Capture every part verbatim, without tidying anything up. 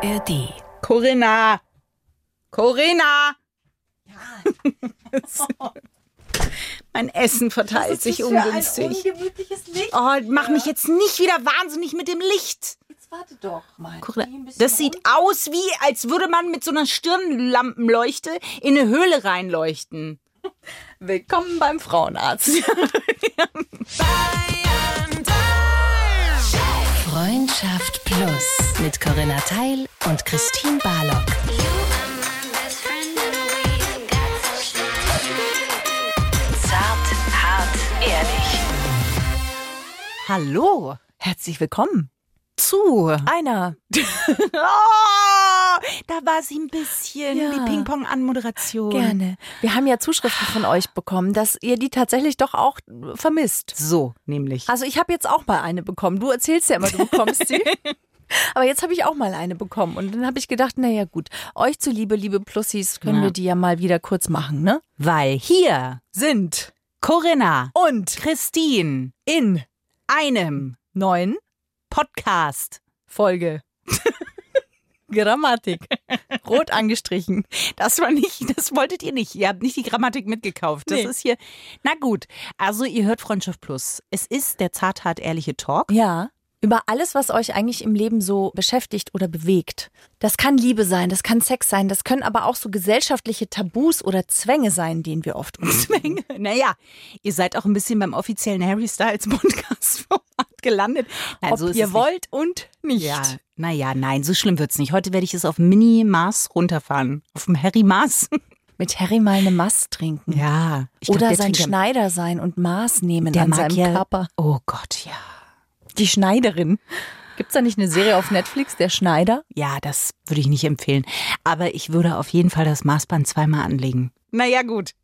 A R D. Corinna! Corinna! Ja. Mein Essen verteilt Was ist sich das für ungünstig. ein ungemütliches Licht. Oh, mach mich jetzt nicht wieder wahnsinnig mit dem Licht. Jetzt warte doch mal. Corinna, Geh ein bisschen das sieht runter. aus wie, als würde man mit so einer Stirnlampenleuchte in eine Höhle reinleuchten. Willkommen beim Frauenarzt. Freundschaft Plus mit Corinna Teil und Christine Barlock. Zart, hart, ehrlich. Hallo Herzlich willkommen. zu. Einer. Oh, da war sie ein bisschen, Ja. die Ping-Pong-Anmoderation. Gerne. Wir haben ja Zuschriften von euch bekommen, dass ihr die tatsächlich doch auch vermisst. So, nämlich. Also ich habe jetzt auch mal eine bekommen. Du erzählst ja immer, du bekommst sie. Aber jetzt habe ich auch mal eine bekommen. Und dann habe ich gedacht, naja gut, euch zuliebe, liebe Plussis, können Ja. wir die ja mal wieder kurz machen, ne? Weil hier Sind Corinna und Christine in einem neun Podcast. Folge. Grammatik. Rot angestrichen. Das war nicht, das wolltet ihr nicht. Ihr habt nicht die Grammatik mitgekauft. Das Nee. ist hier, na gut. Also ihr hört Freundschaft Plus. Es ist der zart, hart, ehrliche Talk. Ja. Über alles, was euch eigentlich im Leben so beschäftigt oder bewegt. Das kann Liebe sein, das kann Sex sein, das können aber auch so gesellschaftliche Tabus oder Zwänge sein, denen wir oft umgehen. Naja, ihr seid auch ein bisschen beim offiziellen Harry Styles Podcast-Format gelandet. Nein, Ob so ist ihr es wollt und nicht. nicht. Ja, naja, nein, so schlimm wird's nicht. Heute werde ich es auf Mini-Mars runterfahren. Auf dem Harry Mars. Mit Harry mal eine Mast trinken. Ja. Ich glaub, Oder der sein trinkt ja- Schneider sein und Maß nehmen der an mag seinem ja, Körper. Oh Gott, ja. Die Schneiderin. Gibt's da nicht eine Serie auf Netflix, der Schneider? Ja, das würde ich nicht empfehlen. Aber ich würde auf jeden Fall das Maßband zweimal anlegen. Naja, gut.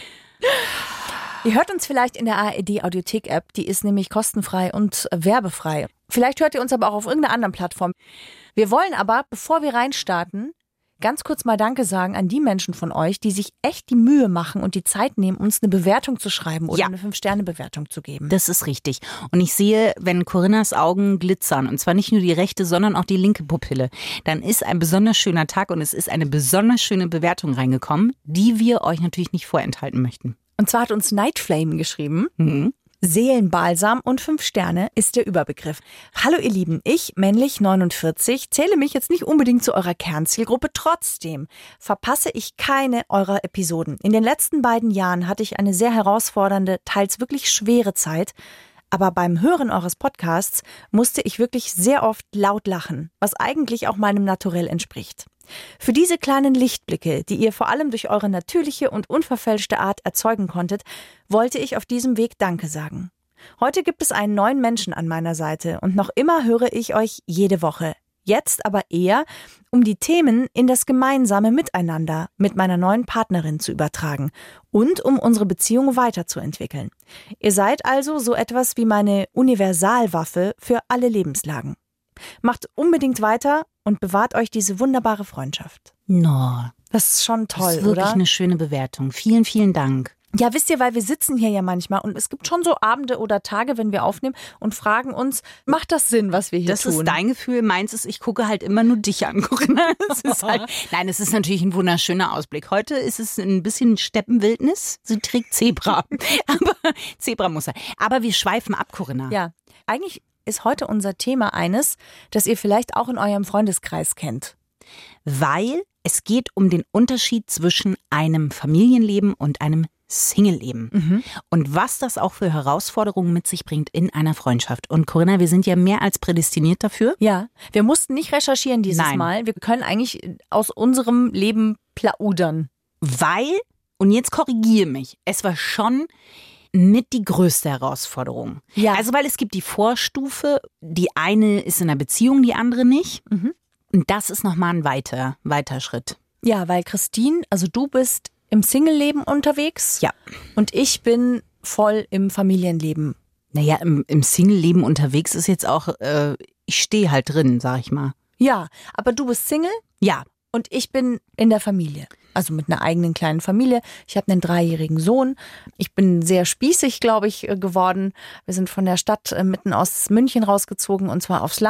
Ihr hört uns vielleicht in der A R D Audiothek-App, die ist nämlich kostenfrei und werbefrei. Vielleicht hört ihr uns aber auch auf irgendeiner anderen Plattform. Wir wollen aber, bevor wir reinstarten, ganz kurz mal Danke sagen an die Menschen von euch, die sich echt die Mühe machen und die Zeit nehmen, uns eine Bewertung zu schreiben oder Ja. eine fünf-Sterne-Bewertung zu geben. Das ist richtig. Und ich sehe, wenn Corinnas Augen glitzern, und zwar nicht nur die rechte, sondern auch die linke Pupille, dann ist ein besonders schöner Tag und es ist eine besonders schöne Bewertung reingekommen, die wir euch natürlich nicht vorenthalten möchten. Und zwar hat uns Nightflame geschrieben. Mhm. Seelenbalsam und fünf Sterne ist der Überbegriff. Hallo ihr Lieben, ich, männlich neunundvierzig, zähle mich jetzt nicht unbedingt zu eurer Kernzielgruppe. Trotzdem verpasse ich keine eurer Episoden. In den letzten beiden Jahren hatte ich eine sehr herausfordernde, teils wirklich schwere Zeit. Aber beim Hören eures Podcasts musste ich wirklich sehr oft laut lachen, was eigentlich auch meinem Naturell entspricht. Für diese kleinen Lichtblicke, die ihr vor allem durch eure natürliche und unverfälschte Art erzeugen konntet, wollte ich auf diesem Weg Danke sagen. Heute gibt es einen neuen Menschen an meiner Seite und noch immer höre ich euch jede Woche. Jetzt aber eher, um die Themen in das gemeinsame Miteinander mit meiner neuen Partnerin zu übertragen und um unsere Beziehung weiterzuentwickeln. Ihr seid also so etwas wie meine Universalwaffe für alle Lebenslagen. Macht unbedingt weiter und bewahrt euch diese wunderbare Freundschaft. No, Das ist schon toll, das ist wirklich oder? eine schöne Bewertung. Vielen, vielen Dank. Ja, wisst ihr, weil wir sitzen hier ja manchmal und es gibt schon so Abende oder Tage, wenn wir aufnehmen und fragen uns, macht das Sinn, was wir hier Das tun? ist dein Gefühl, meins ist, ich gucke halt immer nur dich an, Corinna. Es ist halt, nein, es ist natürlich ein wunderschöner Ausblick. Heute ist es ein bisschen Steppenwildnis. Sie trägt Zebra, aber Zebramuster. Aber wir schweifen ab, Corinna. Ja, eigentlich ist heute unser Thema eines, das ihr vielleicht auch in eurem Freundeskreis kennt. Weil es geht um den Unterschied zwischen einem Familienleben und einem Single-Leben. Mhm. Und was das auch für Herausforderungen mit sich bringt in einer Freundschaft. Und Corinna, wir sind ja mehr als prädestiniert dafür. Ja, wir mussten nicht recherchieren dieses Nein. Mal. Wir können eigentlich aus unserem Leben plaudern. Weil, und jetzt korrigiere mich, es war schon mit die größte Herausforderung. Ja. Also weil es gibt die Vorstufe, die eine ist in einer Beziehung, die andere nicht. Mhm. Und das ist nochmal ein weiter, weiter Schritt. Ja, weil Christine, also du bist im Single-Leben unterwegs. Ja. Und ich bin voll im Familienleben. Naja, im, im Single-Leben unterwegs ist jetzt auch, äh, ich stehe halt drin, sag ich mal. Ja, aber du bist Single Ja, und ich bin in der Familie. Also mit einer eigenen kleinen Familie. Ich habe einen dreijährigen Sohn. Ich bin sehr spießig, glaube ich, geworden. Wir sind von der Stadt mitten aus München rausgezogen und zwar aufs Land.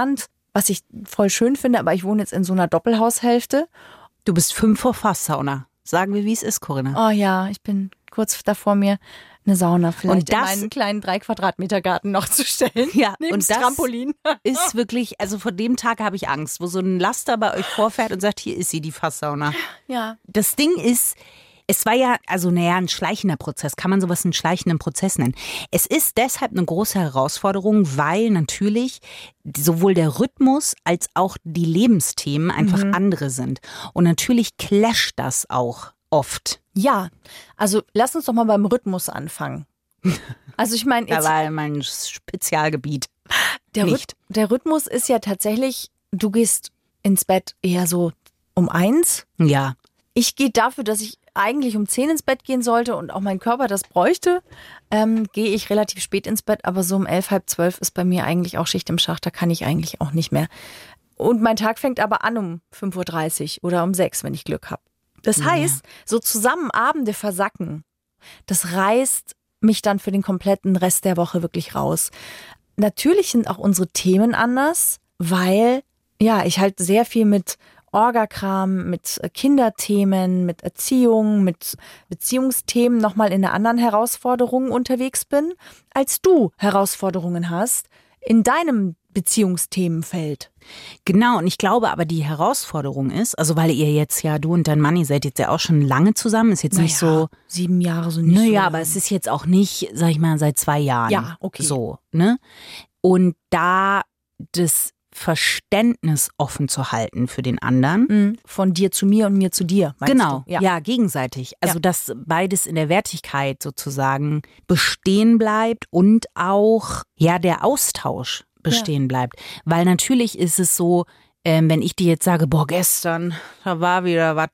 was ich voll schön finde, aber ich wohne jetzt in so einer Doppelhaushälfte. Du bist fünf vor Fasssauna. Sagen wir, wie es ist, Corinna. Oh ja, ich bin kurz davor, mir eine Sauna vielleicht und das, in meinen kleinen drei Quadratmeter Garten noch zu stellen. Ja, neben und das Trampolin. Ist wirklich, also vor dem Tag habe ich Angst, wo so ein Laster bei euch vorfährt und sagt, hier ist sie, die Fasssauna. Ja. Das Ding ist, es war ja, also naja, ein schleichender Prozess. Kann man sowas einen schleichenden Prozess nennen? Es ist deshalb eine große Herausforderung, weil natürlich sowohl der Rhythmus als auch die Lebensthemen einfach mhm. andere sind. Und natürlich clasht das auch oft. Ja, also lass uns doch mal beim Rhythmus anfangen. Also ich meine, da war mein Spezialgebiet. Der, nicht. Rhyth- der Rhythmus ist ja tatsächlich, du gehst ins Bett eher so um eins. Ja. Ich gehe dafür, dass ich eigentlich um zehn ins Bett gehen sollte und auch mein Körper das bräuchte, ähm, gehe ich relativ spät ins Bett, aber so um elf, halb zwölf ist bei mir eigentlich auch Schicht im Schacht, da kann ich eigentlich auch nicht mehr. Und mein Tag fängt aber an um fünf Uhr dreißig oder um sechs, wenn ich Glück habe. Das heißt, ja. so zusammen Abende versacken, das reißt mich dann für den kompletten Rest der Woche wirklich raus. Natürlich sind auch unsere Themen anders, weil ja ich halt sehr viel mit Orgakram, mit Kinderthemen, mit Erziehung, mit Beziehungsthemen nochmal in einer anderen Herausforderung unterwegs bin, als du Herausforderungen hast in deinem Beziehungsthemenfeld. Genau, und ich glaube aber, die Herausforderung ist, also weil ihr jetzt ja, du und dein Mann, ihr seid jetzt ja auch schon lange zusammen, ist jetzt naja, nicht so... sieben Jahre so nicht Naja, so aber es ist jetzt auch nicht, sag ich mal, seit zwei Jahren. Ja, okay. So, ne? Und da das Verständnis offen zu halten für den anderen. Von dir zu mir und mir zu dir, meinst genau, du? Ja. ja, gegenseitig. Also, ja. dass beides in der Wertigkeit sozusagen bestehen bleibt und auch, ja, der Austausch bestehen ja. bleibt. Weil natürlich ist es so, ähm, wenn ich dir jetzt sage, boah, gestern, da war wieder was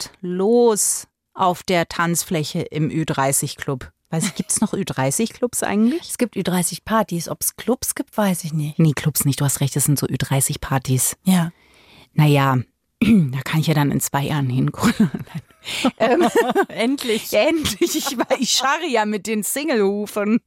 los auf der Tanzfläche im Ü dreißig Club. Weiß ich, gibt es noch Ü dreißig Clubs eigentlich? Es gibt Ü dreißig Partys. Ob es Clubs gibt, weiß ich nicht. Nee, Clubs nicht. Du hast recht, es sind so Ü dreißig Partys. Ja. Naja, da kann ich ja dann in zwei Jahren hingucken. ähm, endlich. Endlich. Ich, ich scharre ja mit den Singlehufen.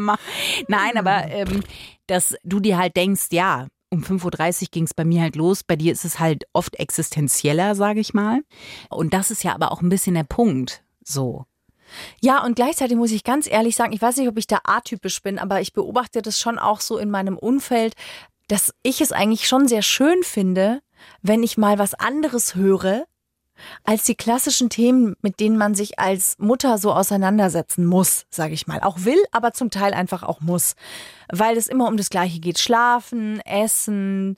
Nein, aber ähm, dass du dir halt denkst, ja, um fünf Uhr dreißig ging es bei mir halt los. Bei dir ist es halt oft existenzieller, sage ich mal. Und das ist ja aber auch ein bisschen der Punkt. So. Ja, und gleichzeitig muss ich ganz ehrlich sagen, ich weiß nicht, ob ich da atypisch bin, aber ich beobachte das schon auch so in meinem Umfeld, dass ich es eigentlich schon sehr schön finde, wenn ich mal was anderes höre, als die klassischen Themen, mit denen man sich als Mutter so auseinandersetzen muss, sage ich mal. Auch will, aber zum Teil einfach auch muss. Weil es immer um das Gleiche geht. Schlafen, Essen,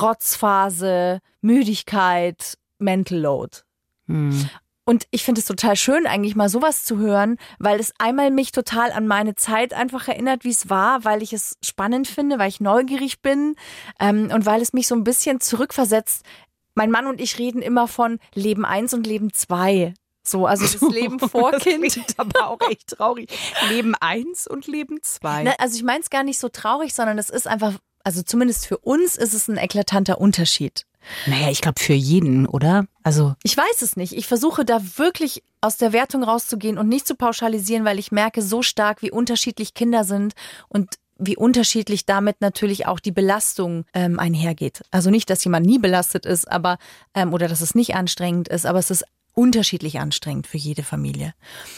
Trotzphase, Müdigkeit, Mental Load. Hm. Und ich finde es total schön, eigentlich mal sowas zu hören, weil es einmal mich total an meine Zeit einfach erinnert, wie es war, weil ich es spannend finde, weil ich neugierig bin ähm, und weil es mich so ein bisschen zurückversetzt. Mein Mann und ich reden immer von Leben eins und Leben zwei. So, also das Leben vor Kind. Das klingt aber auch echt traurig. Leben eins und Leben zwei. Na, also ich meine es gar nicht so traurig, sondern es ist einfach, also zumindest für uns ist es ein eklatanter Unterschied. Naja, ich glaube für jeden, oder? Also ich weiß es nicht. Ich versuche da wirklich aus der Wertung rauszugehen und nicht zu pauschalisieren, weil ich merke so stark, wie unterschiedlich Kinder sind und wie unterschiedlich damit natürlich auch die Belastung ähm, einhergeht. Also nicht, dass jemand nie belastet ist, aber ähm, oder dass es nicht anstrengend ist, aber es ist unterschiedlich anstrengend für jede Familie.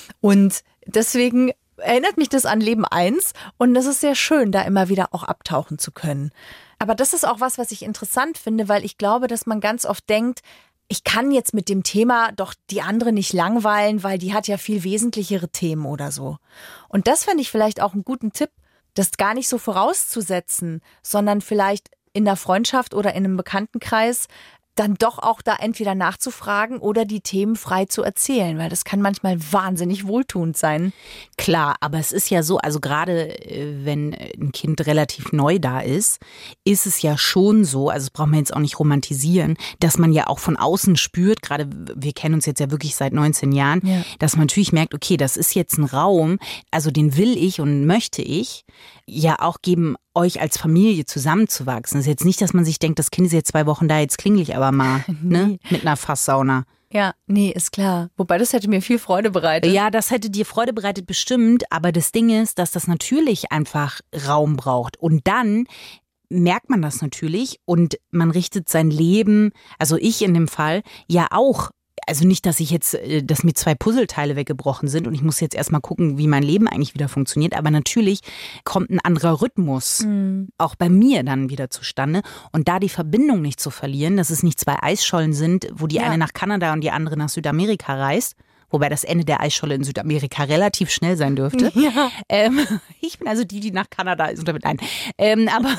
Und deswegen erinnert mich das an Leben eins und das ist sehr schön, da immer wieder auch abtauchen zu können. Aber das ist auch was, was ich interessant finde, weil ich glaube, dass man ganz oft denkt, ich kann jetzt mit dem Thema doch die andere nicht langweilen, weil die hat ja viel wesentlichere Themen oder so. Und das fände ich vielleicht auch einen guten Tipp, das gar nicht so vorauszusetzen, sondern vielleicht in der Freundschaft oder in einem Bekanntenkreis dann doch auch da entweder nachzufragen oder die Themen frei zu erzählen, weil das kann manchmal wahnsinnig wohltuend sein. Klar, aber es ist ja so, also gerade wenn ein Kind relativ neu da ist, ist es ja schon so, also das braucht man jetzt auch nicht romantisieren, dass man ja auch von außen spürt, gerade wir kennen uns jetzt ja wirklich seit neunzehn Jahren, ja. dass man natürlich merkt, okay, das ist jetzt ein Raum, also den will ich und möchte ich ja auch geben, euch als Familie zusammenzuwachsen. Das ist jetzt nicht, dass man sich denkt, das Kind ist jetzt zwei Wochen da, jetzt klingel ich aber mal ne? mit einer Fasssauna. Ja, nee, ist klar. Wobei, das hätte mir viel Freude bereitet. Ja, das hätte dir Freude bereitet, bestimmt. Aber das Ding ist, dass das natürlich einfach Raum braucht. Und dann merkt man das natürlich und man richtet sein Leben, also ich in dem Fall, ja auch. Also nicht, dass ich jetzt, dass mir zwei Puzzleteile weggebrochen sind und ich muss jetzt erstmal gucken, wie mein Leben eigentlich wieder funktioniert. Aber natürlich kommt ein anderer Rhythmus mhm. auch bei mir dann wieder zustande. Und da die Verbindung nicht zu verlieren, dass es nicht zwei Eisschollen sind, wo die ja. eine nach Kanada und die andere nach Südamerika reist. Wobei das Ende der Eisscholle in Südamerika relativ schnell sein dürfte. Ja. Ähm, ich bin also die, die nach Kanada ist. Nein. Ähm, aber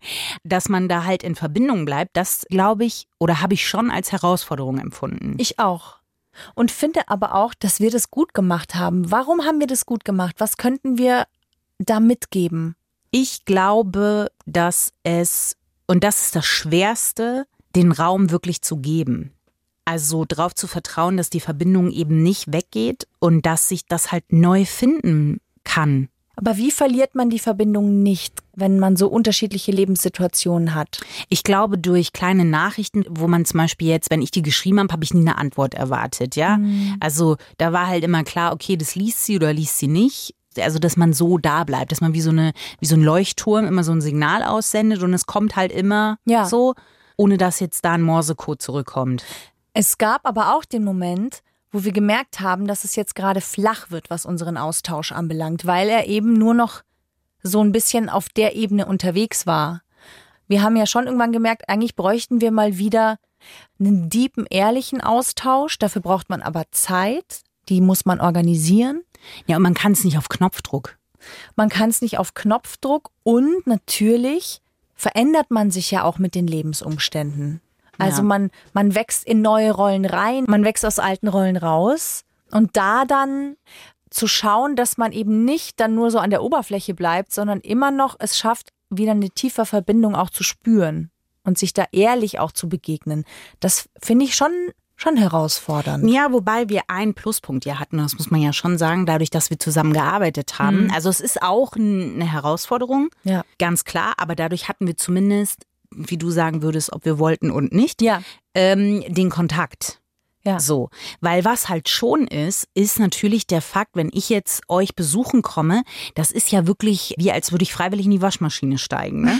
dass man da halt in Verbindung bleibt, das glaube ich oder habe ich schon als Herausforderung empfunden. Ich auch. Und finde aber auch, dass wir das gut gemacht haben. Warum haben wir das gut gemacht? Was könnten wir da mitgeben? Ich glaube, dass es, und das ist das Schwerste, den Raum wirklich zu geben. Also darauf zu vertrauen, dass die Verbindung eben nicht weggeht und dass sich das halt neu finden kann. Aber wie verliert man die Verbindung nicht, wenn man so unterschiedliche Lebenssituationen hat? Ich glaube, durch kleine Nachrichten, wo man zum Beispiel jetzt, wenn ich die geschrieben habe, habe ich nie eine Antwort erwartet, ja. Mhm. Also da war halt immer klar, okay, das liest sie oder liest sie nicht. Also, dass man so da bleibt, dass man wie so eine, wie so ein Leuchtturm immer so ein Signal aussendet und es kommt halt immer ja. so, ohne dass jetzt da ein Morsecode zurückkommt. Es gab aber auch den Moment, wo wir gemerkt haben, dass es jetzt gerade flach wird, was unseren Austausch anbelangt, weil er eben nur noch so ein bisschen auf der Ebene unterwegs war. Wir haben ja schon irgendwann gemerkt, eigentlich bräuchten wir mal wieder einen deepen, ehrlichen Austausch. Dafür braucht man aber Zeit, die muss man organisieren. Ja, und man kann es nicht auf Knopfdruck. Man kann es nicht auf Knopfdruck und natürlich verändert man sich ja auch mit den Lebensumständen. Also ja. man, man wächst in neue Rollen rein, man wächst aus alten Rollen raus und da dann zu schauen, dass man eben nicht dann nur so an der Oberfläche bleibt, sondern immer noch es schafft, wieder eine tiefe Verbindung auch zu spüren und sich da ehrlich auch zu begegnen. Das finde ich schon, schon herausfordernd. Ja, wobei wir einen Pluspunkt ja hatten, das muss man ja schon sagen, dadurch, dass wir zusammen gearbeitet haben. Mhm. Also es ist auch eine Herausforderung, ja. ganz klar, aber dadurch hatten wir zumindest, wie du sagen würdest, ob wir wollten und nicht, ja. ähm, den Kontakt. Ja. So, weil was halt schon ist, ist natürlich der Fakt, wenn ich jetzt euch besuchen komme, das ist ja wirklich wie als würde ich freiwillig in die Waschmaschine steigen, ne?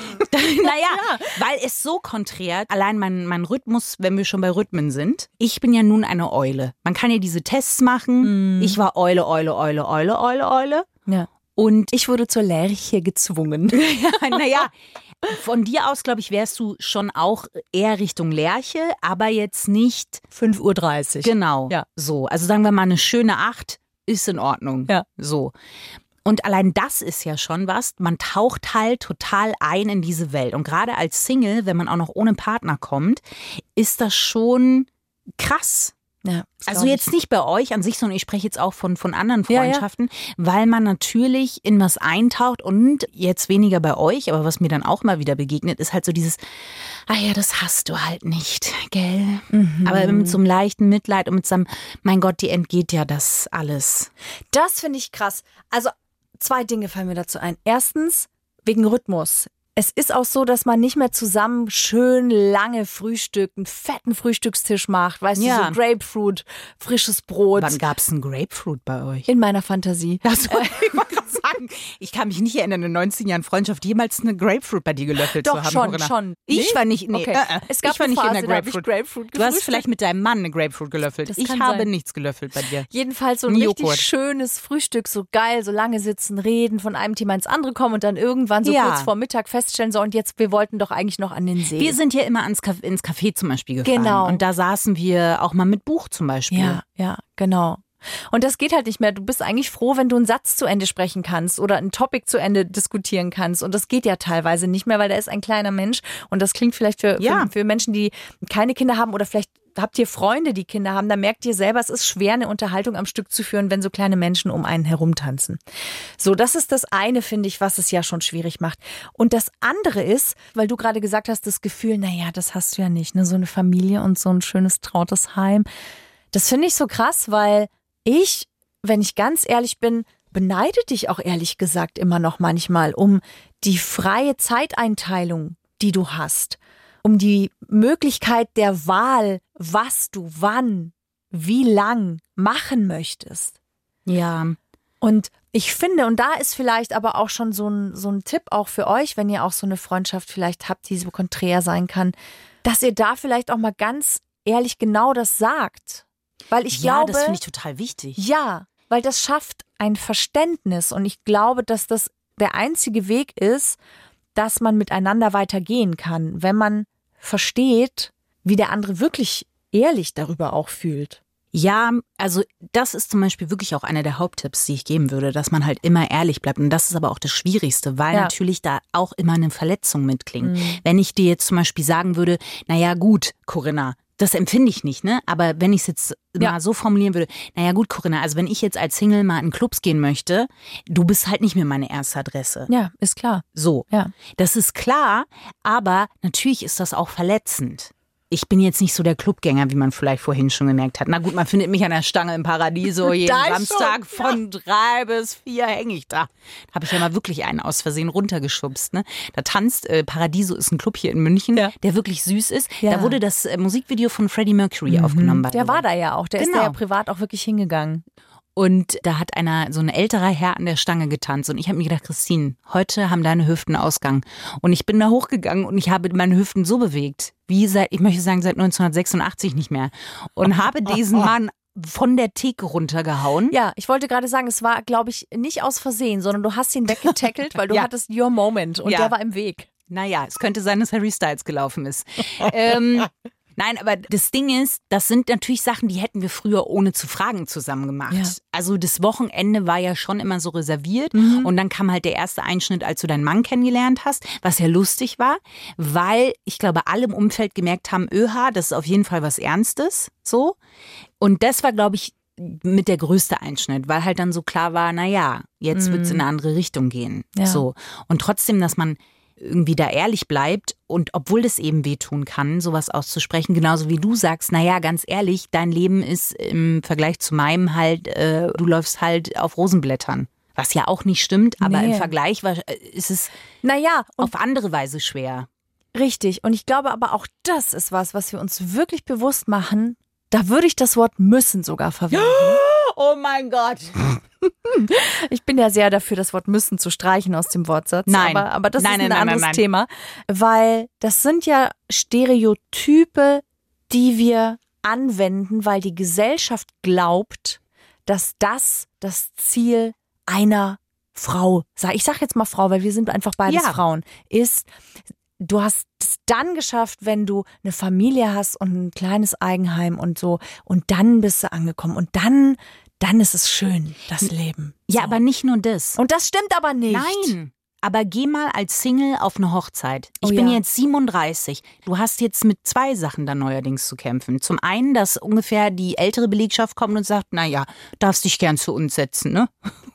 Naja, ja. weil es so konträr, allein mein, mein Rhythmus, wenn wir schon bei Rhythmen sind, ich bin ja nun eine Eule. Man kann ja diese Tests machen, mm. ich war Eule, Eule, Eule, Eule, Eule, Eule. Ja. Und ich wurde zur Lerche gezwungen. ja, naja, von dir aus, glaube ich, wärst du schon auch eher Richtung Lerche, aber jetzt nicht fünf Uhr dreißig. Genau, ja. so. Also sagen wir mal, eine schöne acht ist in Ordnung. Ja. So. Und allein das ist ja schon was, man taucht halt total ein in diese Welt. Und gerade als Single, wenn man auch noch ohne Partner kommt, ist das schon krass. Ja, also jetzt nicht bei euch an sich, sondern ich spreche jetzt auch von, von anderen Freundschaften, ja, ja. weil man natürlich in was eintaucht und jetzt weniger bei euch, aber was mir dann auch mal wieder begegnet, ist halt so dieses, ah ja, das hast du halt nicht, gell? Mhm. Aber mit so einem leichten Mitleid und mit so einem, mein Gott, dir entgeht ja das alles. Das finde ich krass. Also zwei Dinge fallen mir dazu ein. Erstens, wegen Rhythmus. Es ist auch so, dass man nicht mehr zusammen schön lange Frühstück, einen fetten Frühstückstisch macht. Weißt ja. du, so Grapefruit, frisches Brot. Wann gab es einen Grapefruit bei euch? In meiner Fantasie. Also, ich wollte gerade sagen, ich kann mich nicht erinnern, in neunzehn Jahren Freundschaft jemals eine Grapefruit bei dir gelöffelt Doch, zu haben. Doch, schon, Corinna. schon. Ich nee? war nicht, nee, okay. äh, es gab ich war eine nicht Phase, in der Grapefruit. Grapefruit du hast vielleicht mit deinem Mann eine Grapefruit gelöffelt. Das ich habe sein. nichts gelöffelt bei dir. Jedenfalls so ein, ein richtig Joghurt. Schönes Frühstück, so geil, so lange sitzen, reden, von einem Thema ins andere kommen und dann irgendwann so ja. kurz vor Mittag feststellen, so und jetzt, wir wollten doch eigentlich noch an den See. Wir sind ja immer ans Café, ins Café zum Beispiel gefahren. Genau. Und da saßen wir auch mal mit Buch zum Beispiel. Ja, ja, genau. Und das geht halt nicht mehr. Du bist eigentlich froh, wenn du einen Satz zu Ende sprechen kannst oder ein Topic zu Ende diskutieren kannst. Und das geht ja teilweise nicht mehr, weil da ist ein kleiner Mensch. Und das klingt vielleicht für, ja. für, für Menschen, die keine Kinder haben oder vielleicht habt ihr Freunde, die Kinder haben, da merkt ihr selber, es ist schwer, eine Unterhaltung am Stück zu führen, wenn so kleine Menschen um einen herumtanzen. So, das ist das eine, finde ich, was es ja schon schwierig macht. Und das andere ist, weil du gerade gesagt hast, das Gefühl, naja, das hast du ja nicht, ne, so eine Familie und so ein schönes, trautes Heim. Das finde ich so krass, weil ich, wenn ich ganz ehrlich bin, beneide dich auch ehrlich gesagt immer noch manchmal um die freie Zeiteinteilung, die du hast. Um die Möglichkeit der Wahl, was du wann, wie lang machen möchtest. Ja, Und ich finde, und da ist vielleicht aber auch schon so ein, so ein Tipp auch für euch, wenn ihr auch so eine Freundschaft vielleicht habt, die so konträr sein kann, dass ihr da vielleicht auch mal ganz ehrlich genau das sagt. Weil ich ja, glaube. das finde ich total wichtig. Ja, weil das schafft ein Verständnis. Und ich glaube, dass das der einzige Weg ist, dass man miteinander weitergehen kann, wenn man versteht, wie der andere wirklich ehrlich darüber auch fühlt. Ja, also das ist zum Beispiel wirklich auch einer der Haupttipps, die ich geben würde, dass man halt immer ehrlich bleibt. Und das ist aber auch das Schwierigste, weil Ja. natürlich da auch immer eine Verletzung mitklingt. Mhm. Wenn ich dir jetzt zum Beispiel sagen würde, naja gut, Corinna, das empfinde ich nicht, ne? Aber wenn ich es jetzt Ja. mal so formulieren würde, naja gut, Corinna, also wenn ich jetzt als Single mal in Clubs gehen möchte, du bist halt nicht mehr meine erste Adresse. Ja, ist klar. So, Ja. das ist klar, aber natürlich ist das auch verletzend. Ich bin jetzt nicht so der Clubgänger, wie man vielleicht vorhin schon gemerkt hat. Na gut, man findet mich an der Stange im Paradiso jeden Da Samstag schon, von drei bis vier hänge ich da. Habe ich ja mal wirklich einen aus Versehen runtergeschubst. Ne? Da tanzt, äh, Paradiso ist ein Club hier in München, Ja. der wirklich süß ist. Ja. Da wurde das äh, Musikvideo von Freddie Mercury aufgenommen. by the Der war way. da ja auch. Der ist Genau. da ja privat auch wirklich hingegangen. Und da hat einer, so ein älterer Herr an der Stange getanzt. Und ich habe mir gedacht, Christine, heute haben deine Hüften Ausgang. Und ich bin da hochgegangen und ich habe meine Hüften so bewegt, wie seit, ich möchte sagen, seit neunzehnhundertsechsundachtzig nicht mehr. Und habe diesen Mann von der Theke runtergehauen. Ja, ich wollte gerade sagen, es war, glaube ich, nicht aus Versehen, sondern du hast ihn weggetackelt, weil du Ja. hattest your moment und Ja. der war im Weg. Naja, es könnte sein, dass Harry Styles gelaufen ist. ähm, nein, aber das Ding ist, das sind natürlich Sachen, die hätten wir früher ohne zu fragen zusammen gemacht. Ja. Also das Wochenende war ja schon immer so reserviert und dann kam halt der erste Einschnitt, als du deinen Mann kennengelernt hast, was ja lustig war, weil ich glaube, alle im Umfeld gemerkt haben, öha, das ist auf jeden Fall was Ernstes, so. Und das war, glaube ich, mit der größte Einschnitt, weil halt dann so klar war, na ja, jetzt wird's in eine andere Richtung gehen. Ja. So. Und trotzdem, dass man irgendwie da ehrlich bleibt und obwohl das eben wehtun kann, sowas auszusprechen, genauso wie du sagst, naja, ganz ehrlich, dein Leben ist im Vergleich zu meinem halt, äh, du läufst halt auf Rosenblättern. Was ja auch nicht stimmt, aber Nee. im Vergleich war, ist es Naja, und auf andere Weise schwer. richtig. Und ich glaube aber auch das ist was, was wir uns wirklich bewusst machen. Da würde ich das Wort müssen sogar verwenden. Oh mein Gott. Ich bin ja sehr dafür, das Wort müssen zu streichen aus dem Wortsatz. Nein. Aber, aber das Nein, ist ein nein, nein, anderes nein, nein. Thema. Weil das sind ja Stereotype, die wir anwenden, weil die Gesellschaft glaubt, dass das das Ziel einer Frau, sag- ich sag jetzt mal Frau, weil wir sind einfach beides Ja. Frauen, ist, du hast es dann geschafft, wenn du eine Familie hast und ein kleines Eigenheim und so und dann bist du angekommen und dann, dann ist es schön, das Leben. Ja, So. aber nicht nur das. Und das stimmt aber nicht. Nein. Aber geh mal als Single auf eine Hochzeit. Ich Oh bin ja. jetzt siebenunddreißig. Du hast jetzt mit zwei Sachen dann neuerdings zu kämpfen. Zum einen, dass ungefähr die ältere Belegschaft kommt und sagt, na ja, darfst dich gern zu uns setzen, ne?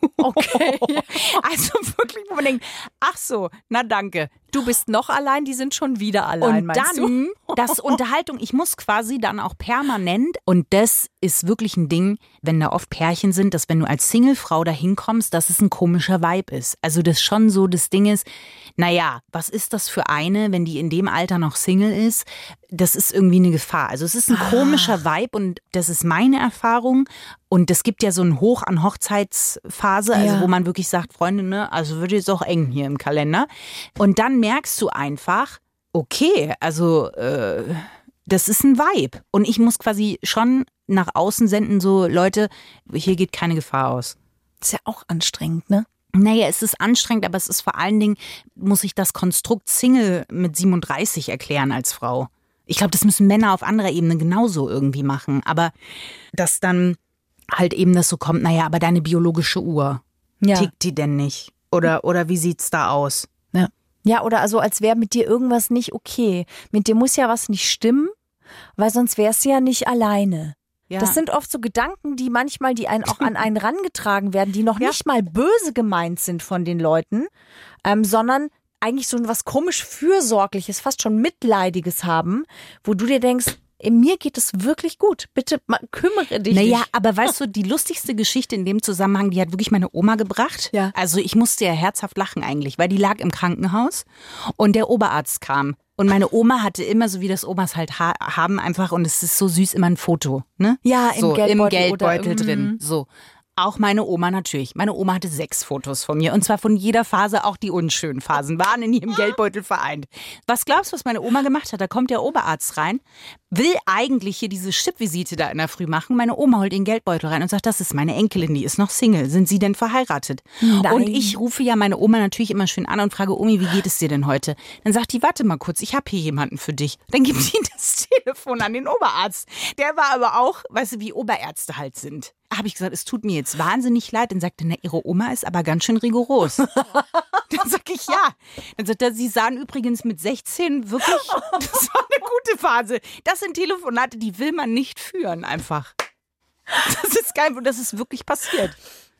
Okay. Also wirklich, wo man denkt, ach so, na danke. Du bist noch allein, die sind schon wieder allein, Und meinst du? dann, das Unterhaltung, ich muss quasi dann auch permanent, und das ist wirklich ein Ding, wenn da oft Pärchen sind, dass wenn du als Singlefrau da hinkommst, dass es ein komischer Vibe ist. Also das schon so das Ding ist, naja, was ist das für eine, wenn die in dem Alter noch Single ist? Das ist irgendwie eine Gefahr. Also es ist ein komischer Vibe und das ist meine Erfahrung. Und es gibt ja so einen Hoch an Hochzeitsphase, also Ja. wo man wirklich sagt, Freunde, ne, also wird jetzt auch eng hier im Kalender. Und dann merkst du einfach, okay, also äh, das ist ein Vibe. Und ich muss quasi schon nach außen senden, so Leute, hier geht keine Gefahr aus. Ist ja auch anstrengend, ne? Naja, es ist anstrengend, aber es ist vor allen Dingen, muss ich das Konstrukt Single mit siebenunddreißig erklären als Frau. Ich glaube, das müssen Männer auf anderer Ebene genauso irgendwie machen. Aber dass dann halt eben das so kommt, naja, aber deine biologische Uhr, Ja. tickt die denn nicht? Oder, oder wie sieht's da aus? Ja. Ja, oder also als wäre mit dir irgendwas nicht okay. Mit dir muss ja was nicht stimmen, weil sonst wärst du ja nicht alleine. Ja. Das sind oft so Gedanken, die manchmal, die einen auch an einen rangetragen werden, die noch Ja. nicht mal böse gemeint sind von den Leuten, ähm, sondern eigentlich so was komisch Fürsorgliches, fast schon Mitleidiges haben, wo du dir denkst, ey, mir geht es wirklich gut. Bitte ma- kümmere dich. Naja, nicht. aber weißt du, die lustigste Geschichte in dem Zusammenhang, die hat wirklich meine Oma gebracht. Ja. Also ich musste ja herzhaft lachen eigentlich, weil die lag im Krankenhaus und der Oberarzt kam. Und meine Oma hatte immer, so wie das Omas halt ha- haben, einfach, und es ist so süß, immer ein Foto. Ne? Ja, im so, Geldbeutel Im Geldbeutel oder- drin. Mhm. So. Auch meine Oma natürlich. Meine Oma hatte sechs Fotos von mir. Und zwar von jeder Phase, auch die unschönen Phasen, waren in ihrem Geldbeutel vereint. Was glaubst du, was meine Oma gemacht hat? Da kommt der Oberarzt rein, will eigentlich hier diese Stippvisite da in der Früh machen. Meine Oma holt den Geldbeutel rein und sagt, das ist meine Enkelin, die ist noch Single. Sind Sie denn verheiratet? Nein. Und ich rufe ja meine Oma natürlich immer schön an und frage, Omi, wie geht es dir denn heute? Dann sagt die, warte mal kurz, ich habe hier jemanden für dich. Dann gibt sie das Telefon an den Oberarzt. Der war aber auch, weißt du, wie Oberärzte halt sind. Habe ich gesagt, es tut mir jetzt wahnsinnig leid. Dann sagte er, Ihre Oma ist aber ganz schön rigoros. Dann sag ich, ja. Dann sagt er, Sie sahen übrigens mit sechzehn wirklich, das war eine gute Phase. Das sind Telefonate, die will man nicht führen einfach. Das ist geil und das ist wirklich passiert.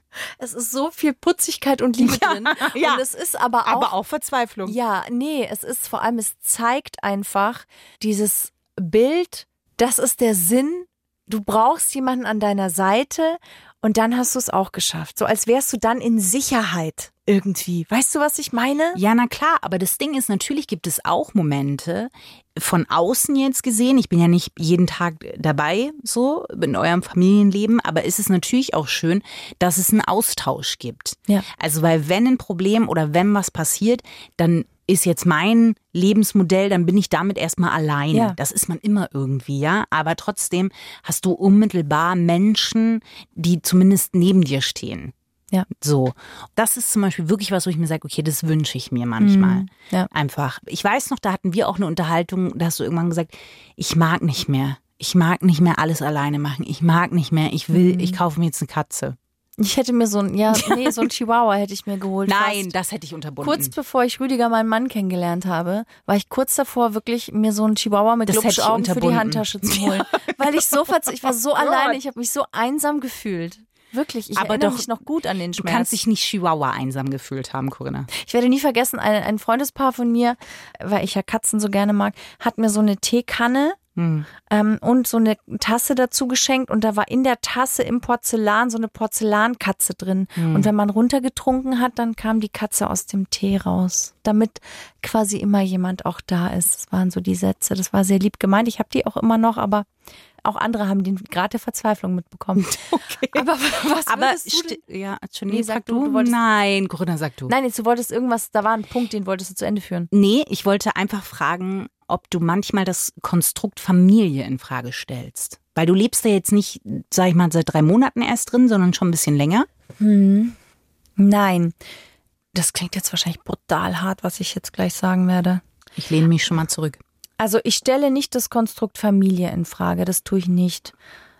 Es ist so viel Putzigkeit und Liebe ja, drin. Ja. Und es ist aber auch... Aber auch Verzweiflung. Ja, nee, es ist vor allem, es zeigt einfach dieses Bild, das ist der Sinn. Du brauchst jemanden an deiner Seite und dann hast du es auch geschafft. So als wärst du dann in Sicherheit irgendwie. Weißt du, was ich meine? Ja, na klar, aber das Ding ist, natürlich gibt es auch Momente, von außen jetzt gesehen, ich bin ja nicht jeden Tag dabei, so in eurem Familienleben, aber ist es natürlich auch schön, dass es einen Austausch gibt. Ja. Also, weil wenn ein Problem oder wenn was passiert, dann ist jetzt mein Lebensmodell, dann bin ich damit erstmal alleine. Ja. Das ist man immer irgendwie, ja. Aber trotzdem hast du unmittelbar Menschen, die zumindest neben dir stehen. Ja. So. Das ist zum Beispiel wirklich was, wo ich mir sage, okay, das wünsche ich mir manchmal. Mhm. Ja. Einfach. Ich weiß noch, da hatten wir auch eine Unterhaltung, da hast du irgendwann gesagt, ich mag nicht mehr. Ich mag nicht mehr alles alleine machen. Ich mag nicht mehr. Ich will, mhm. ich kaufe mir jetzt eine Katze. Ich hätte mir so ein, ja, nee, so ein Chihuahua hätte ich mir geholt. Nein, fast. Das hätte ich unterbunden. Kurz bevor ich Rüdiger, meinen Mann, kennengelernt habe, war ich kurz davor, wirklich mir so ein Chihuahua mit Glubschaugen für die Handtasche zu holen. Ja. Weil ich so verz- ich war so alleine, ich habe mich so einsam gefühlt. Wirklich, ich Aber erinnere doch, mich noch gut an den Schmerz. Du kannst dich nicht Chihuahua einsam gefühlt haben, Corinna. Ich werde nie vergessen, ein, ein Freundespaar von mir, weil ich ja Katzen so gerne mag, hat mir so eine Teekanne Hm. Ähm, und so eine Tasse dazu geschenkt und da war in der Tasse im Porzellan so eine Porzellankatze drin. Hm. Und wenn man runtergetrunken hat, dann kam die Katze aus dem Tee raus, damit quasi immer jemand auch da ist. Das waren so die Sätze, das war sehr lieb gemeint. Ich habe die auch immer noch, aber auch andere haben den Grad der Verzweiflung mitbekommen. Okay. Aber was aber würdest du denn? Ja, nee, sag du, du wolltest, Nein, Corinna, sag du. Nein, jetzt, du wolltest irgendwas, da war ein Punkt, den wolltest du zu Ende führen. Nee, ich wollte einfach fragen, ob du manchmal das Konstrukt Familie in Frage stellst. Weil du lebst ja jetzt nicht, sag ich mal, seit drei Monaten erst drin, sondern schon ein bisschen länger. Hm. Nein. Das klingt jetzt wahrscheinlich brutal hart, was ich jetzt gleich sagen werde. Ich lehne mich schon mal zurück. Also ich stelle nicht das Konstrukt Familie in Frage, das tue ich nicht.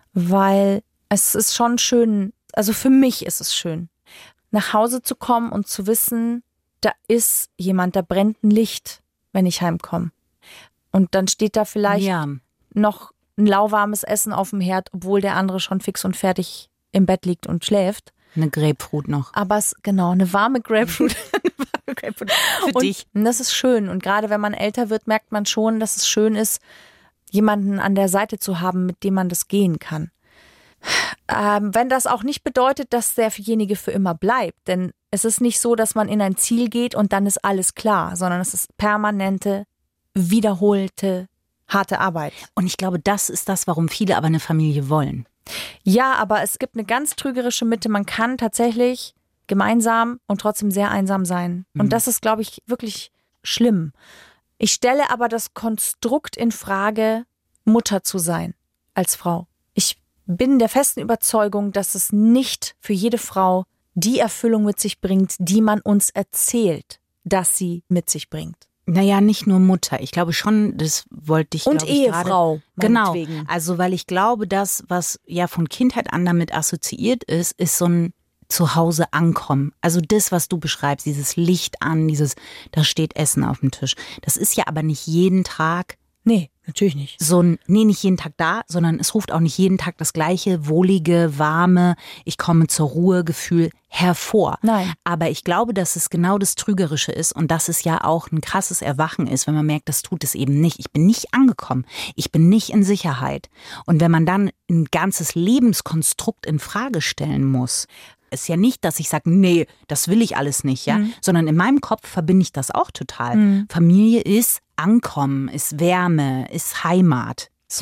Weil es ist schon schön, also für mich ist es schön, nach Hause zu kommen und zu wissen, da ist jemand, da brennt ein Licht, wenn ich heimkomme. Und dann steht da vielleicht ja. noch ein lauwarmes Essen auf dem Herd, obwohl der andere schon fix und fertig im Bett liegt und schläft. Eine Grapefruit noch. Aber es, genau, eine warme Grapefruit. eine warme Grapefruit. Für und dich. Das ist schön. Und gerade wenn man älter wird, merkt man schon, dass es schön ist, jemanden an der Seite zu haben, mit dem man das gehen kann. Ähm, wenn das auch nicht bedeutet, dass derjenige für immer bleibt. Denn es ist nicht so, dass man in ein Ziel geht und dann ist alles klar, sondern es ist permanente, wiederholte, harte Arbeit. Und ich glaube, das ist das, warum viele aber eine Familie wollen. Ja, aber es gibt eine ganz trügerische Mitte. Man kann tatsächlich gemeinsam und trotzdem sehr einsam sein. Und mhm. das ist, glaube ich, wirklich schlimm. Ich stelle aber das Konstrukt in Frage, Mutter zu sein als Frau. Ich bin der festen Überzeugung, dass es nicht für jede Frau die Erfüllung mit sich bringt, die man uns erzählt, dass sie mit sich bringt. Naja, nicht nur Mutter. Ich glaube schon, das wollte ich, Und ich, Ehefrau. Gerade, genau. Meinetwegen. Also, weil ich glaube, das, was ja von Kindheit an damit assoziiert ist, ist so ein Zuhause ankommen. Also das, was du beschreibst, dieses Licht an, dieses, da steht Essen auf dem Tisch. Das ist ja aber nicht jeden Tag. Nee, natürlich nicht. So ein, nee, nicht jeden Tag da, sondern es ruft auch nicht jeden Tag das gleiche wohlige, warme, ich komme zur Ruhe Gefühl hervor. Nein. Aber ich glaube, dass es genau das Trügerische ist und dass es ja auch ein krasses Erwachen ist, wenn man merkt, das tut es eben nicht. Ich bin nicht angekommen. Ich bin nicht in Sicherheit. Und wenn man dann ein ganzes Lebenskonstrukt in Frage stellen muss, ist ja nicht, dass ich sage, nee, das will ich alles nicht, ja, mhm. sondern in meinem Kopf verbinde ich das auch total. Mhm. Familie ist Ankommen, ist Wärme, ist Heimat, so.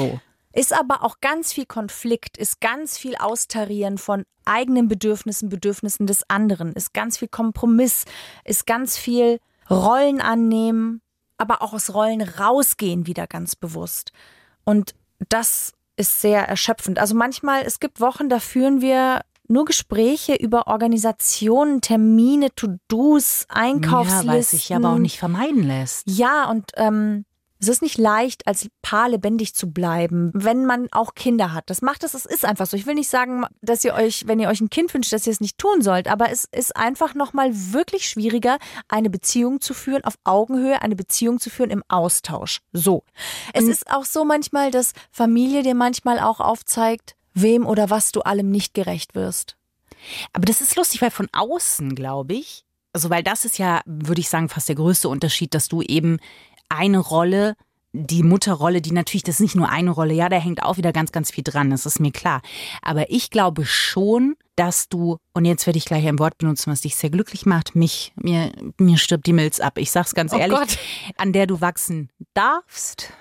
Ist aber auch ganz viel Konflikt, ist ganz viel Austarieren von eigenen Bedürfnissen, Bedürfnissen des anderen, ist ganz viel Kompromiss, ist ganz viel Rollen annehmen, aber auch aus Rollen rausgehen wieder ganz bewusst. Und das ist sehr erschöpfend. Also manchmal, es gibt Wochen, da führen wir nur Gespräche über Organisationen, Termine, To-Dos, Einkaufslisten. Ja, weil es sich ja aber auch nicht vermeiden lässt. Ja, und ähm, es ist nicht leicht, als Paar lebendig zu bleiben, wenn man auch Kinder hat. Das macht es, es ist einfach so. Ich will nicht sagen, dass ihr euch, wenn ihr euch ein Kind wünscht, dass ihr es nicht tun sollt, aber es ist einfach nochmal wirklich schwieriger, eine Beziehung zu führen auf Augenhöhe, eine Beziehung zu führen im Austausch. So. Es ist auch so manchmal, dass Familie dir manchmal auch aufzeigt, wem oder was du allem nicht gerecht wirst. Aber das ist lustig, weil von außen, glaube ich, also weil das ist ja, würde ich sagen, fast der größte Unterschied, dass du eben eine Rolle, die Mutterrolle, die natürlich, das ist nicht nur eine Rolle, ja, da hängt auch wieder ganz, ganz viel dran, das ist mir klar. Aber ich glaube schon, dass du, und jetzt werde ich gleich ein Wort benutzen, was dich sehr glücklich macht, mich, mir, mir stirbt die Milz ab, ich sag's ganz Oh ehrlich, Gott. An der du wachsen darfst.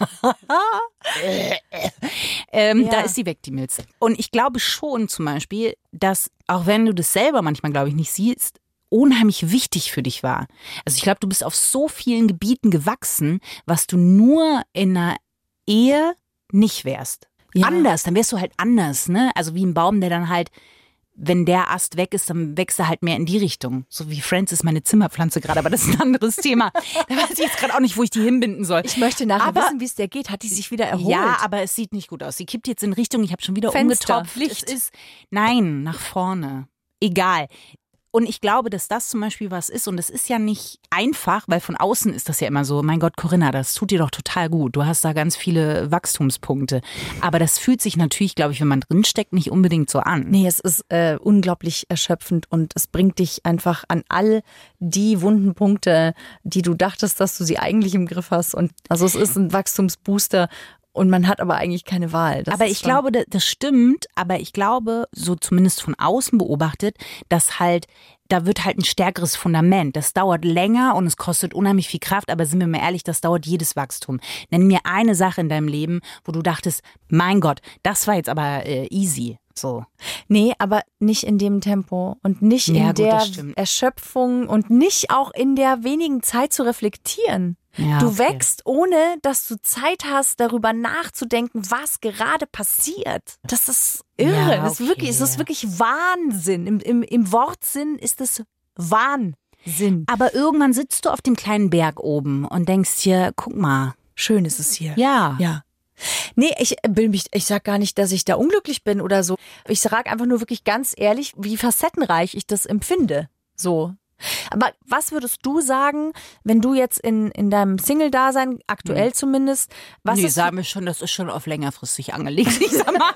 ähm, Ja. Da ist sie weg, die Milz. Und ich glaube schon zum Beispiel, dass, auch wenn du das selber manchmal, glaube ich, nicht siehst, unheimlich wichtig für dich war. Also ich glaube, du bist auf so vielen Gebieten gewachsen, was du nur in einer Ehe nicht wärst. Ja. Anders, dann wärst du halt anders, ne? Also wie ein Baum, der dann halt, wenn der Ast weg ist, dann wächst er halt mehr in die Richtung. So wie Francis, meine Zimmerpflanze gerade, aber das ist ein anderes Thema. Da weiß ich jetzt gerade auch nicht, wo ich die hinbinden soll. Ich möchte nachher Aber- wissen, wie es dir geht. Hat die sich wieder erholt? Ja, aber es sieht nicht gut aus. Sie kippt jetzt in Richtung, ich habe schon wieder Fenster, umgetopft. Licht. Es ist, nein, nach vorne. Egal. Und ich glaube, dass das zum Beispiel was ist. Und es ist ja nicht einfach, weil von außen ist das ja immer so, mein Gott, Corinna, das tut dir doch total gut. Du hast da ganz viele Wachstumspunkte. Aber das fühlt sich natürlich, glaube ich, wenn man drinsteckt, nicht unbedingt so an. Nee, es ist äh, unglaublich erschöpfend und es bringt dich einfach an all die wunden Punkte, die du dachtest, dass du sie eigentlich im Griff hast. Und also es ist ein Wachstumsbooster und man hat aber eigentlich keine Wahl. Das aber ist ich schon- glaube, da- das stimmt, aber ich glaube, so zumindest von außen beobachtet, dass halt, da wird halt ein stärkeres Fundament. Das dauert länger und es kostet unheimlich viel Kraft, aber sind wir mal ehrlich, das dauert jedes Wachstum. Nenn mir eine Sache in deinem Leben, wo du dachtest, mein Gott, das war jetzt aber äh, easy. So. Nee, aber nicht in dem Tempo und nicht Ja, in gut, der das stimmt. Erschöpfung und nicht auch in der wenigen Zeit zu reflektieren. Ja, du okay. wächst, ohne dass du Zeit hast, darüber nachzudenken, was gerade passiert. Das ist irre. Ja, das, ist okay. wirklich, es ist wirklich Wahnsinn. Im, im, im Wortsinn ist es Wahnsinn. Aber irgendwann sitzt du auf dem kleinen Berg oben und denkst dir, guck mal. Schön ist es hier. Ja. Ja. Nee, ich will mich, ich sag gar nicht, dass ich da unglücklich bin oder so. Ich sag einfach nur wirklich ganz ehrlich, wie facettenreich ich das empfinde. So. Aber was würdest du sagen, wenn du jetzt in, in deinem Single-Dasein, aktuell Hm. zumindest, was nee, ist sagen wir schon, das ist schon auf längerfristig angelegt. Ich sag mal,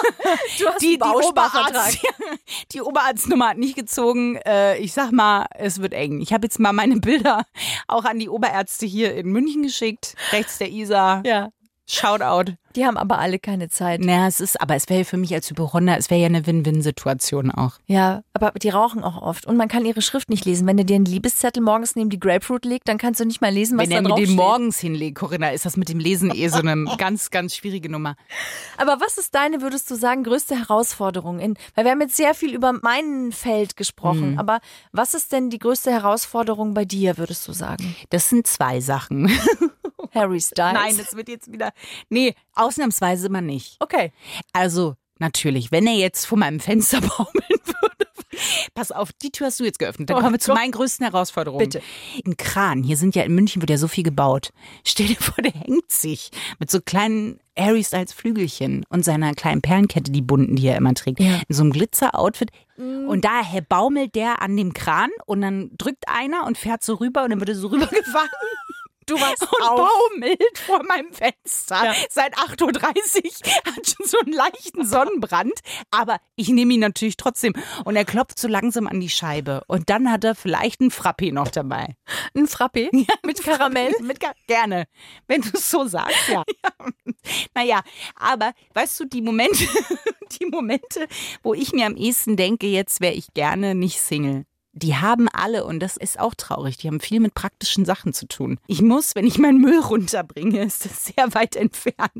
du hast die, die, Oberarzt, die Oberarztnummer hat nicht gezogen. Äh, ich sag mal, es wird eng. Ich habe jetzt mal meine Bilder auch an die Oberärzte hier in München geschickt. Rechts der Isar. Ja. Shoutout. Die haben aber alle keine Zeit. Naja, es ist, aber es wäre für mich als Hypochonder, es wäre ja eine Win-Win-Situation auch. Ja, aber die rauchen auch oft. Und man kann ihre Schrift nicht lesen. Wenn der dir einen Liebeszettel morgens neben die Grapefruit legt, dann kannst du nicht mal lesen, was Wenn da er mir drauf den steht. morgens hinlegt, Corinna, ist das mit dem Lesen eh so eine ganz, ganz schwierige Nummer. Aber was ist deine, würdest du sagen, größte Herausforderung? In, weil wir haben jetzt sehr viel über mein Feld gesprochen, Mhm. aber was ist denn die größte Herausforderung bei dir, würdest du sagen? Das sind zwei Sachen. Harry Styles? Nein, das wird jetzt wieder. Nee, ausnahmsweise mal nicht. Okay. Also, natürlich, wenn er jetzt vor meinem Fenster baumeln würde. Pass auf, die Tür hast du jetzt geöffnet. Dann Oh kommen wir zu Gott. meinen größten Herausforderungen. Bitte. Ein Kran. Hier sind ja in München wird ja so viel gebaut. Stell dir vor, der hängt sich mit so kleinen Harry Styles Flügelchen und seiner kleinen Perlenkette, die bunten, die er immer trägt. Ja. In so einem Glitzer-Outfit. Und daher baumelt der an dem Kran und dann drückt einer und fährt so rüber und dann wird er so rübergefahren. Du warst Und auf. baumelt vor meinem Fenster. Ja. Seit acht Uhr dreißig hat schon so einen leichten Sonnenbrand. Aber ich nehme ihn natürlich trotzdem. Und er klopft so langsam an die Scheibe. Und dann hat er vielleicht einen Frappé noch dabei. Ein Frappé mit Karamell? Mit Ka Gerne. Wenn du es so sagst, ja. ja. Naja, aber weißt du, die Momente, die Momente, wo ich mir am ehesten denke, jetzt wäre ich gerne nicht Single. Die haben alle, und das ist auch traurig, die haben viel mit praktischen Sachen zu tun. Ich muss, wenn ich meinen Müll runterbringe, ist das sehr weit entfernt.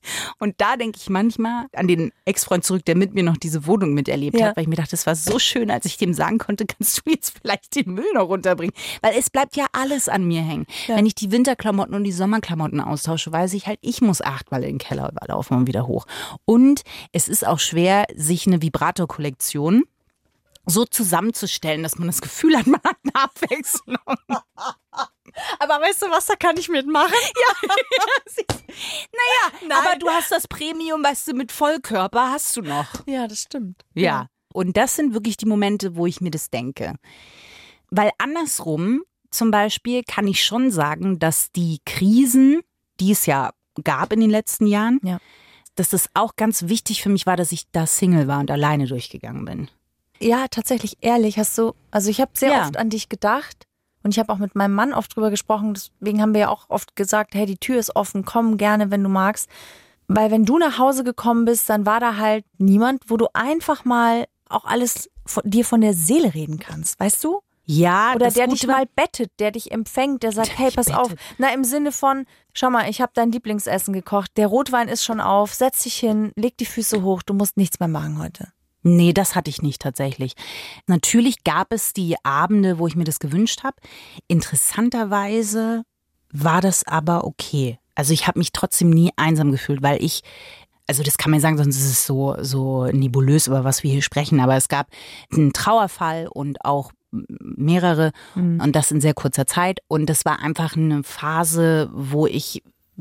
Und da denke ich manchmal an den Ex-Freund zurück, der mit mir noch diese Wohnung miterlebt Ja. hat, weil ich mir dachte, es war so schön, als ich dem sagen konnte, kannst du jetzt vielleicht den Müll noch runterbringen? Weil es bleibt ja alles an mir hängen. Ja. Wenn ich die Winterklamotten und die Sommerklamotten austausche, weiß ich halt, ich muss achtmal in den Keller laufen und wieder hoch. Und es ist auch schwer, sich eine Vibrator-Kollektion so zusammenzustellen, dass man das Gefühl hat, man hat eine Abwechslung. Aber weißt du was, da kann ich mitmachen? Naja, Nein. aber du hast das Premium, weißt du, mit Vollkörper hast du noch. Ja, das stimmt. Ja. Und das sind wirklich die Momente, wo ich mir das denke. Weil andersrum zum Beispiel kann ich schon sagen, dass die Krisen, die es ja gab in den letzten Jahren, Ja. dass das auch ganz wichtig für mich war, dass ich da Single war und alleine durchgegangen bin. Ja, tatsächlich, ehrlich, hast du, also ich habe sehr Ja. oft an dich gedacht und ich habe auch mit meinem Mann oft drüber gesprochen, deswegen haben wir ja auch oft gesagt, hey, die Tür ist offen, komm gerne, wenn du magst. Weil wenn du nach Hause gekommen bist, dann war da halt niemand, wo du einfach mal auch alles von, dir von der Seele reden kannst, weißt du? Ja, Oder das der Gute dich war- mal bettet, der dich empfängt, der sagt, Der hey, mich pass auf. bettet. Na, im Sinne von, schau mal, ich habe dein Lieblingsessen gekocht, der Rotwein ist schon auf, setz dich hin, leg die Füße hoch, du musst nichts mehr machen heute. Nee, das hatte ich nicht tatsächlich. Natürlich gab es die Abende, wo ich mir das gewünscht habe. Interessanterweise war das aber okay. Also ich habe mich trotzdem nie einsam gefühlt, weil ich, also das kann man sagen, sonst ist es so, so nebulös, über was wir hier sprechen. Aber es gab einen Trauerfall und auch mehrere und das in sehr kurzer Zeit. Und das war einfach eine Phase, wo ich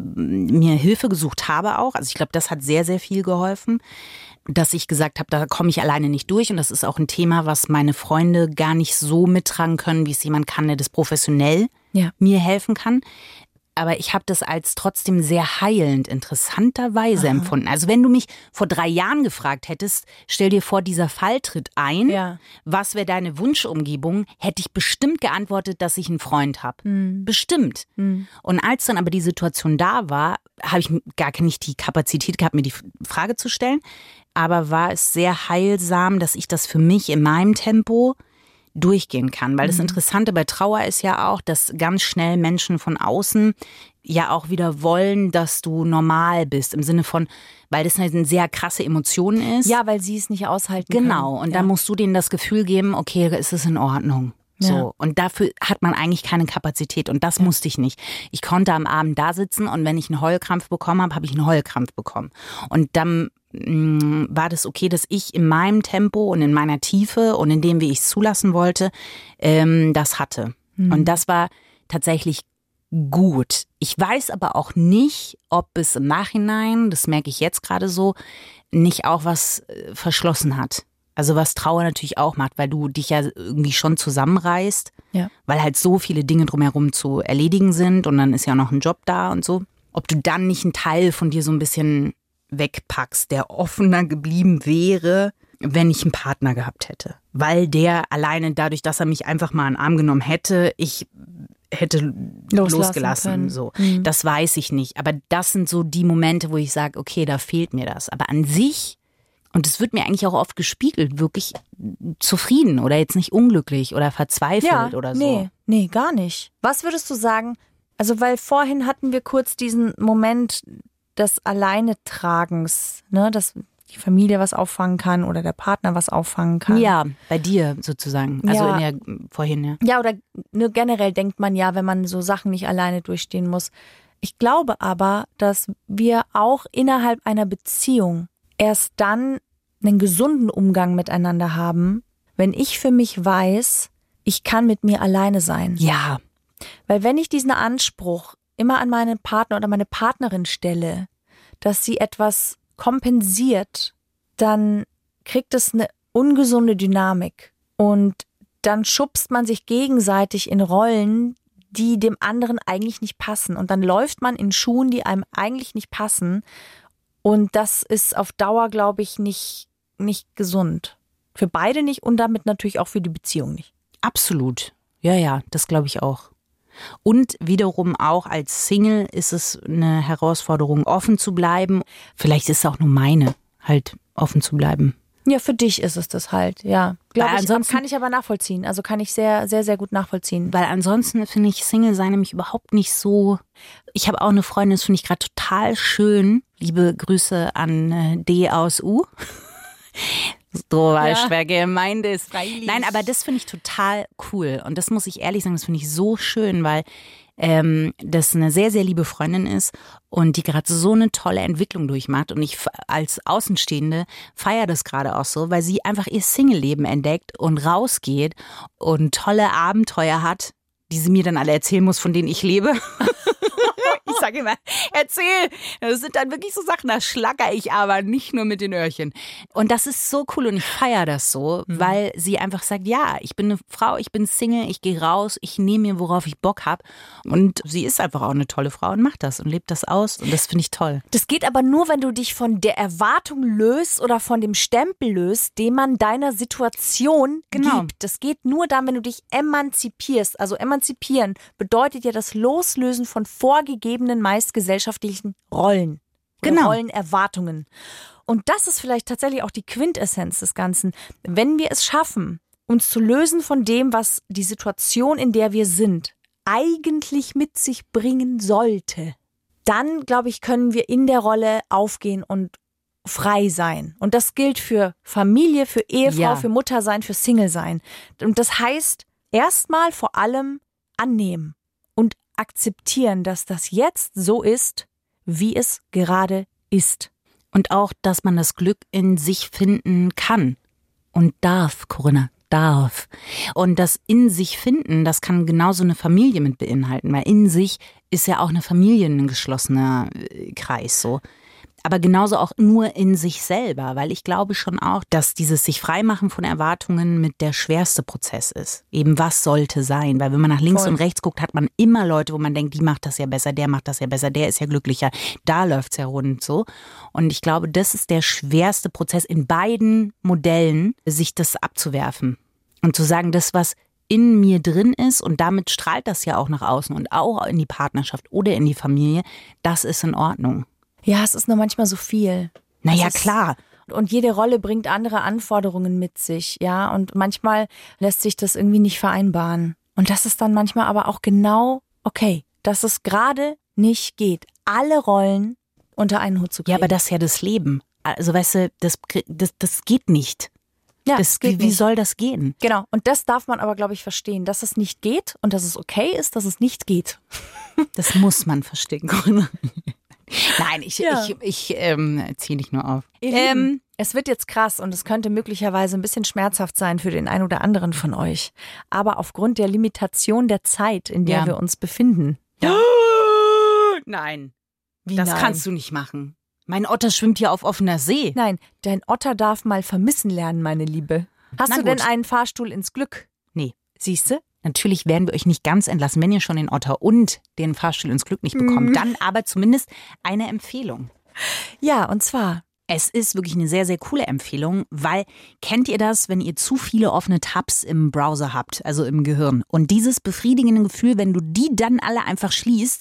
mir Hilfe gesucht habe auch. Also ich glaube, das hat sehr, sehr viel geholfen, dass ich gesagt habe, da komme ich alleine nicht durch. Und das ist auch ein Thema, was meine Freunde gar nicht so mittragen können, wie es jemand kann, der das professionell Ja. mir helfen kann. Aber ich habe das als trotzdem sehr heilend, interessanterweise empfunden. Also wenn du mich vor drei Jahren gefragt hättest, stell dir vor, dieser Fall tritt ein, Ja. was wäre deine Wunschumgebung, hätte ich bestimmt geantwortet, dass ich einen Freund habe. Bestimmt. Und als dann aber die Situation da war, habe ich gar nicht die Kapazität gehabt, mir die Frage zu stellen. Aber war es sehr heilsam, dass ich das für mich in meinem Tempo durchgehen kann. Weil das Interessante bei Trauer ist ja auch, dass ganz schnell Menschen von außen ja auch wieder wollen, dass du normal bist. Im Sinne von, weil das eine sehr krasse Emotion ist. Ja, weil sie es nicht aushalten können. Genau. Und ja. dann musst du denen das Gefühl geben, okay, ist es in Ordnung. So. Ja. Und dafür hat man eigentlich keine Kapazität. Und das musste ich nicht. Ich konnte am Abend da sitzen und wenn ich einen Heulkrampf bekommen habe, habe ich einen Heulkrampf bekommen. Und dann mh, war das okay, dass ich in meinem Tempo und in meiner Tiefe und in dem, wie ich es zulassen wollte, ähm, das hatte. Mhm. Und das war tatsächlich gut. Ich weiß aber auch nicht, ob es im Nachhinein, das merke ich jetzt gerade so, nicht auch was äh, verschlossen hat. Also was Trauer natürlich auch macht, weil du dich ja irgendwie schon zusammenreißt, Ja. weil halt so viele Dinge drumherum zu erledigen sind und dann ist ja noch ein Job da und so. Ob du dann nicht einen Teil von dir so ein bisschen wegpackst, der offener geblieben wäre, wenn ich einen Partner gehabt hätte. Weil der alleine dadurch, dass er mich einfach mal in den Arm genommen hätte, ich hätte Loslassen losgelassen. können. So. Mhm. Das weiß ich nicht. Aber das sind so die Momente, wo ich sage, okay, da fehlt mir das. Aber an sich, und es wird mir eigentlich auch oft gespiegelt, wirklich zufrieden oder jetzt nicht unglücklich oder verzweifelt ja, oder so. Nee, nee, gar nicht. Was würdest du sagen? Also, weil vorhin hatten wir kurz diesen Moment des Alleinetragens, ne, dass die Familie was auffangen kann oder der Partner was auffangen kann. Ja, bei dir sozusagen. Also Ja. in der vorhin, ja. Ja, oder ne, generell denkt man ja, wenn man so Sachen nicht alleine durchstehen muss. Ich glaube aber, dass wir auch innerhalb einer Beziehung erst dann einen gesunden Umgang miteinander haben, wenn ich für mich weiß, ich kann mit mir alleine sein. Ja, Weil wenn ich diesen Anspruch immer an meinen Partner oder meine Partnerin stelle, dass sie etwas kompensiert, dann kriegt es eine ungesunde Dynamik. Und dann schubst man sich gegenseitig in Rollen, die dem anderen eigentlich nicht passen. Und dann läuft man in Schuhen, die einem eigentlich nicht passen. Und das ist auf Dauer, glaube ich, nicht, nicht gesund. Für beide nicht und damit natürlich auch für die Beziehung nicht. absolut. Ja, ja, das glaube ich auch. Und wiederum auch als Single ist es eine Herausforderung, offen zu bleiben. Vielleicht ist es auch nur meine, halt offen zu bleiben. Ja, für dich ist es das halt, ja. Glaube ich, ansonsten kann ich aber nachvollziehen. Also kann ich sehr, sehr, sehr gut nachvollziehen. Weil ansonsten finde ich Single sein nämlich überhaupt nicht so. Ich habe auch eine Freundin, das finde ich gerade total schön. Liebe Grüße an äh, D aus U. So weißt du, wer gemeint ist. Freilich. Nein, aber das finde ich total cool. Und das muss ich ehrlich sagen, das finde ich so schön, weil ähm, das eine sehr, sehr liebe Freundin ist und die gerade so eine tolle Entwicklung durchmacht. Und ich als Außenstehende feiere das gerade auch so, weil sie einfach ihr Single-Leben entdeckt und rausgeht und tolle Abenteuer hat, die sie mir dann alle erzählen muss, von denen ich lebe. Ich sage immer, erzähl. Das sind dann wirklich so Sachen, da schlacker ich aber nicht nur mit den Öhrchen. Und das ist so cool und ich feiere das so, mhm. weil sie einfach sagt, ja, ich bin eine Frau, ich bin Single, ich gehe raus, ich nehme mir, worauf ich Bock habe. Und sie ist einfach auch eine tolle Frau und macht das und lebt das aus. Und das finde ich toll. Das geht aber nur, wenn du dich von der Erwartung löst oder von dem Stempel löst, den man deiner Situation genau. gibt. Das geht nur dann, wenn du dich emanzipierst. Also emanzipieren bedeutet ja das Loslösen von vorgegebenen, meist gesellschaftlichen Rollen. Genau. Rollenerwartungen. Und das ist vielleicht tatsächlich auch die Quintessenz des Ganzen. Wenn wir es schaffen, uns zu lösen von dem, was die Situation, in der wir sind, eigentlich mit sich bringen sollte, dann, glaube ich, können wir in der Rolle aufgehen und frei sein. Und das gilt für Familie, für Ehefrau, ja. für Mutter sein, für Single sein. Und das heißt, erstmal vor allem annehmen und akzeptieren, dass das jetzt so ist, wie es gerade ist. Und auch, dass man das Glück in sich finden kann und darf, Corinna, darf. Und das in sich finden, das kann genauso eine Familie mit beinhalten, weil in sich ist ja auch eine Familie ein geschlossener Kreis so. Aber genauso auch nur in sich selber, weil ich glaube schon auch, dass dieses sich freimachen von Erwartungen mit der schwerste Prozess ist. Eben was sollte sein, weil wenn man nach links Voll. und rechts guckt, hat man immer Leute, wo man denkt, die macht das ja besser, der macht das ja besser, der ist ja glücklicher, da läuft's ja rund so. Und ich glaube, das ist der schwerste Prozess in beiden Modellen, sich das abzuwerfen und zu sagen, das, was in mir drin ist und damit strahlt das ja auch nach außen und auch in die Partnerschaft oder in die Familie, das ist in Ordnung. Ja, es ist nur manchmal so viel. Naja, Es ist, klar. Und jede Rolle bringt andere Anforderungen mit sich, ja. Und manchmal lässt sich das irgendwie nicht vereinbaren. Und das ist dann manchmal aber auch genau okay, dass es gerade nicht geht, alle Rollen unter einen Hut zu kriegen. Ja, aber das ist ja das Leben. Also weißt du, das, das, das geht nicht. ja, Das, geht wie nicht. soll das gehen? Genau. Und das darf man aber, glaube ich, verstehen, dass es nicht geht und dass es okay ist, dass es nicht geht. Das muss man verstehen, Corinna. Nein, ich, Ja. ich, ich ähm, ziehe nicht nur auf. Ähm, es wird jetzt krass und es könnte möglicherweise ein bisschen schmerzhaft sein für den einen oder anderen von euch. Aber aufgrund der Limitation der Zeit, in der Ja. wir uns befinden. Nein, Wie das nein? kannst du nicht machen. Mein Otter schwimmt hier auf offener See. Nein, dein Otter darf mal vermissen lernen, meine Liebe. Hast Na du denn gut. einen Fahrstuhl ins Glück? Nee. Siehst du? Natürlich werden wir euch nicht ganz entlassen, wenn ihr schon den Otter und den Fahrstuhl ins Glück nicht bekommt. Mhm. Dann aber zumindest eine Empfehlung. Ja, und zwar. Es ist wirklich eine sehr, sehr coole Empfehlung, weil kennt ihr das, wenn ihr zu viele offene Tabs im Browser habt, also im Gehirn? Und dieses befriedigende Gefühl, wenn du die dann alle einfach schließt,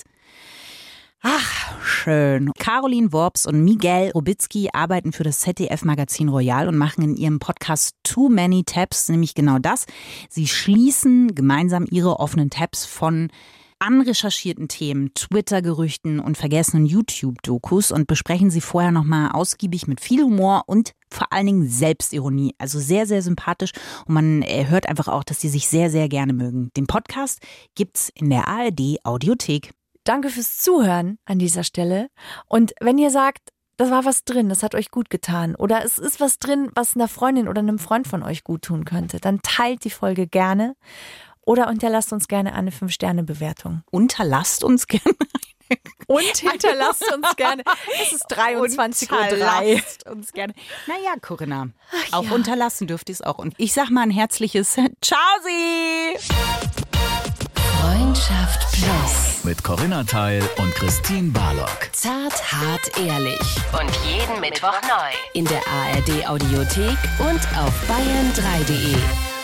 ach, schön. Caroline Worps und Miguel Robitzky arbeiten für das Z D F-Magazin Royal und machen in ihrem Podcast Too Many Tabs nämlich genau das. Sie schließen gemeinsam ihre offenen Tabs von anrecherchierten Themen, Twitter-Gerüchten und vergessenen YouTube-Dokus und besprechen sie vorher nochmal ausgiebig mit viel Humor und vor allen Dingen Selbstironie. Also sehr, sehr sympathisch und man hört einfach auch, dass sie sich sehr, sehr gerne mögen. Den Podcast gibt's in der A R D-Audiothek. Danke fürs Zuhören an dieser Stelle. Und wenn ihr sagt, das war was drin, das hat euch gut getan oder es ist was drin, was einer Freundin oder einem Freund von euch gut tun könnte, dann teilt die Folge gerne oder unterlasst uns gerne eine fünf Sterne Bewertung. Unterlasst uns gerne. Und hinterlasst uns gerne. Es ist dreiundzwanzig Uhr drei. Unterlasst uns gerne. Naja, Corinna, Ach auch ja. unterlassen dürft ihr es auch. Und ich sag mal ein herzliches Ciao-Sie! Freundschaft Plus. Mit Corinna Teil und Christine Barlock. Zart, hart, ehrlich. Und jeden Mittwoch neu. In der A R D-Audiothek und auf bayern drei punkt de.